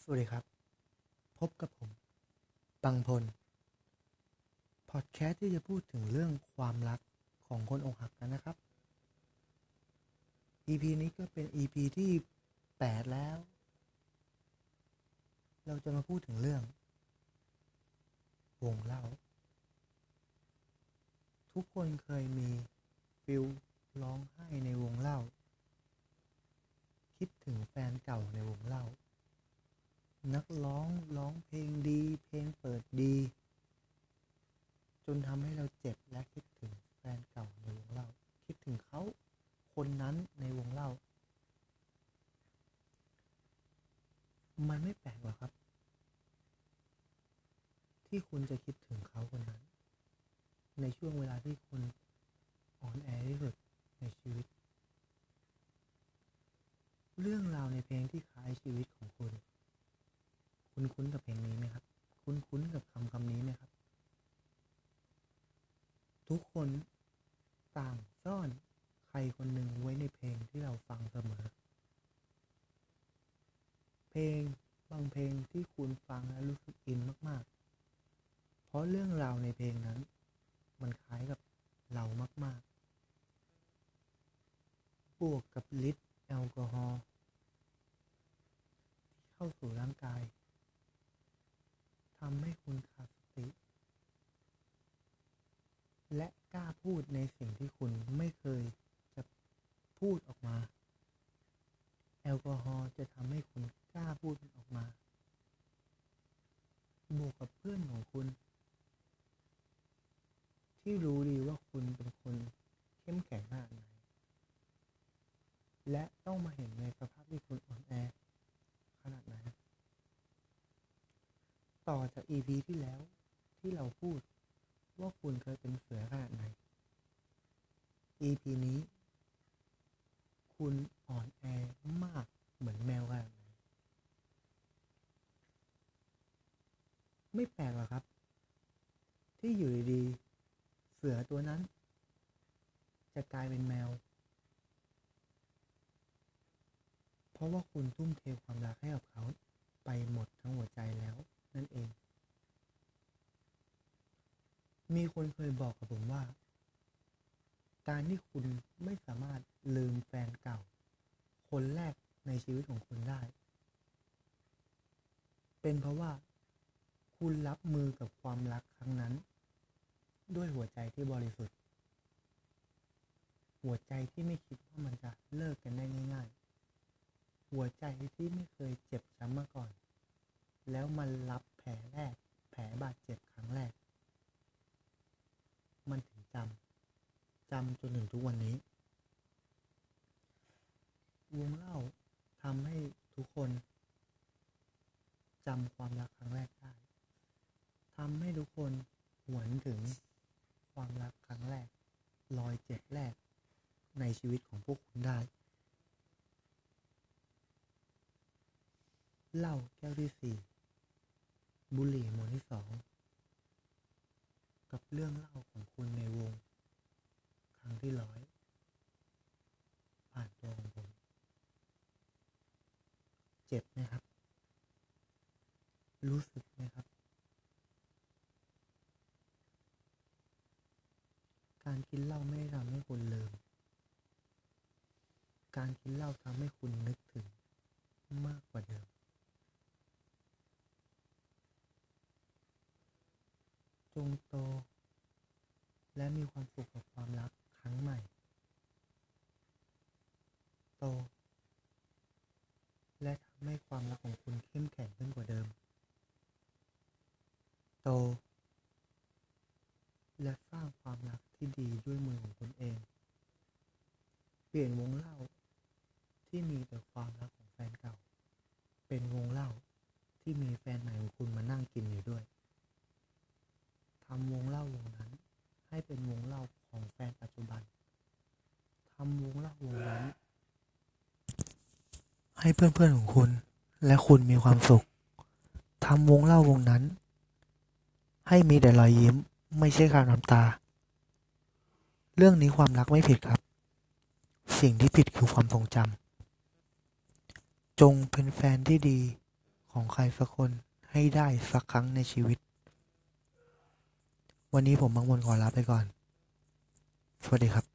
สวัสดีครับพบกับผมบังพลพอดแคสต์ที่จะพูดถึงเรื่องความรักของคนอกหักกันนะครับ EP นี้ก็เป็น EP ที่8แล้วเราจะมาพูดถึงเรื่องวงเล่าทุกคนเคยมีฟิลร้องไห้ในวงเล่าคิดถึงแฟนเก่าในวงเล่านักร้องเพลงดีเพลงเปิดดีจนทำให้เราเจ็บและคิดถึงแฟนเก่าในวงเล่าคิดถึงเขาคนนั้นในวงเล่ามันไม่แปลกหรอกครับที่คุณจะคิดถึงเขาคนนั้นในช่วงเวลาที่คุณอ่อนแอที่สุดในชีวิตเรื่องราวในเพลงที่คล้ายชีวิตของคุณคุ้นกับเพลงนี้ไหมครับคุ้นกับคำนี้ไหมครับทุกคนต่างซ่อนใครคนหนึ่งไว้ในเพลงที่เราฟังเสมอเพลงบางเพลงที่คุณฟังแล้วรู้สึกอินมากๆเพราะเรื่องราวในเพลงนั้นมันคล้ายกับเรามากๆบวกกับฤทธิ์แอลกอฮอล์ที่เข้าสู่ร่างกายทำให้คุณขาดสติและกล้าพูดในสิ่งที่คุณไม่เคยจะพูดออกมาแอลกอฮอล์จะทำให้คุณกล้าพูดมันออกมาบวกกับเพื่อนของคุณที่รู้ดีว่าคุณเป็นคนเข้มแข็งขนาดไหนและต้องมาเห็นในสภาพที่คุณอ่อนแอขนาดไหนต่อจาก EP ที่แล้วที่เราพูดว่าคุณเคยเป็นเสือขนาดไหน EP นี้คุณอ่อนแอมากเหมือนแมวขนาดไหนไม่แปลกหรอกครับที่อยู่ดีๆเสือตัวนั้นจะกลายเป็นแมวเพราะว่าคุณทุ่มเทความรักให้กับเขาไปหมดทั้งหัวใจแล้วนั่นเองมีคนเคยบอกกับผมว่าการที่คุณไม่สามารถลืมแฟนเก่าคนแรกในชีวิตของคุณได้เป็นเพราะว่าคุณรับมือกับความรักครั้งนั้นด้วยหัวใจที่บริสุทธิ์หัวใจที่ไม่คิดว่ามันจะเลิกกันได้ง่ายๆหัวใจที่ไม่เคยเจ็บช้ำมาก่อนแล้วมันรับแผลแรกแผลบาดเจ็บครั้งแรกมันถึงจำจนถึงทุกวันนี้วงเล่าทำให้ทุกคนจำความรักครั้งแรกได้ทำให้ทุกคนหวนถึงความรักครั้งแรกรอยเจ็บแรกในชีวิตของพวกคุณได้เหล้าแก้วที่4บุหรี่มวนที่2กับเรื่องเล่าของคุณในวงครั้งที่100ผ่านตัวของผมเจ็บไหมครับรู้สึกไหมครับการกินเหล้าไม่ได้ทำให้คุณลืมการกินเหล้าทำให้คุณนึกถึงมากกว่าเดิมจงโตและมีความสุขกับความรักครั้งใหม่โตและทำให้ความรักของคุณเข้มแข็งขึ้นกว่าเดิมโตและสร้างความรักที่ดีด้วยมือของคุณเองเปลี่ยนวงเล่าที่มีแต่ความรักของแฟนเก่าเป็นวงเล่าที่มีแฟนใหม่ของคุณมานั่งกินอยู่ด้วยทำวงเล่าวงนั้นให้เป็นวงเล่าของแฟนปัจจุบันทำวงเล่าวงนั้นให้เพื่อนๆของคุณและคุณมีความสุขทำวงเล่าวงนั้นให้มีแต่รอยยิ้มไม่ใช่การน้ำตาเรื่องนี้ความรักไม่ผิดครับสิ่งที่ผิดคือความทรงจำจงเป็นแฟนที่ดีของใครสักคนให้ได้สักครั้งในชีวิตวันนี้ผมบางมนขอลาไปก่อนสวัสดีครับ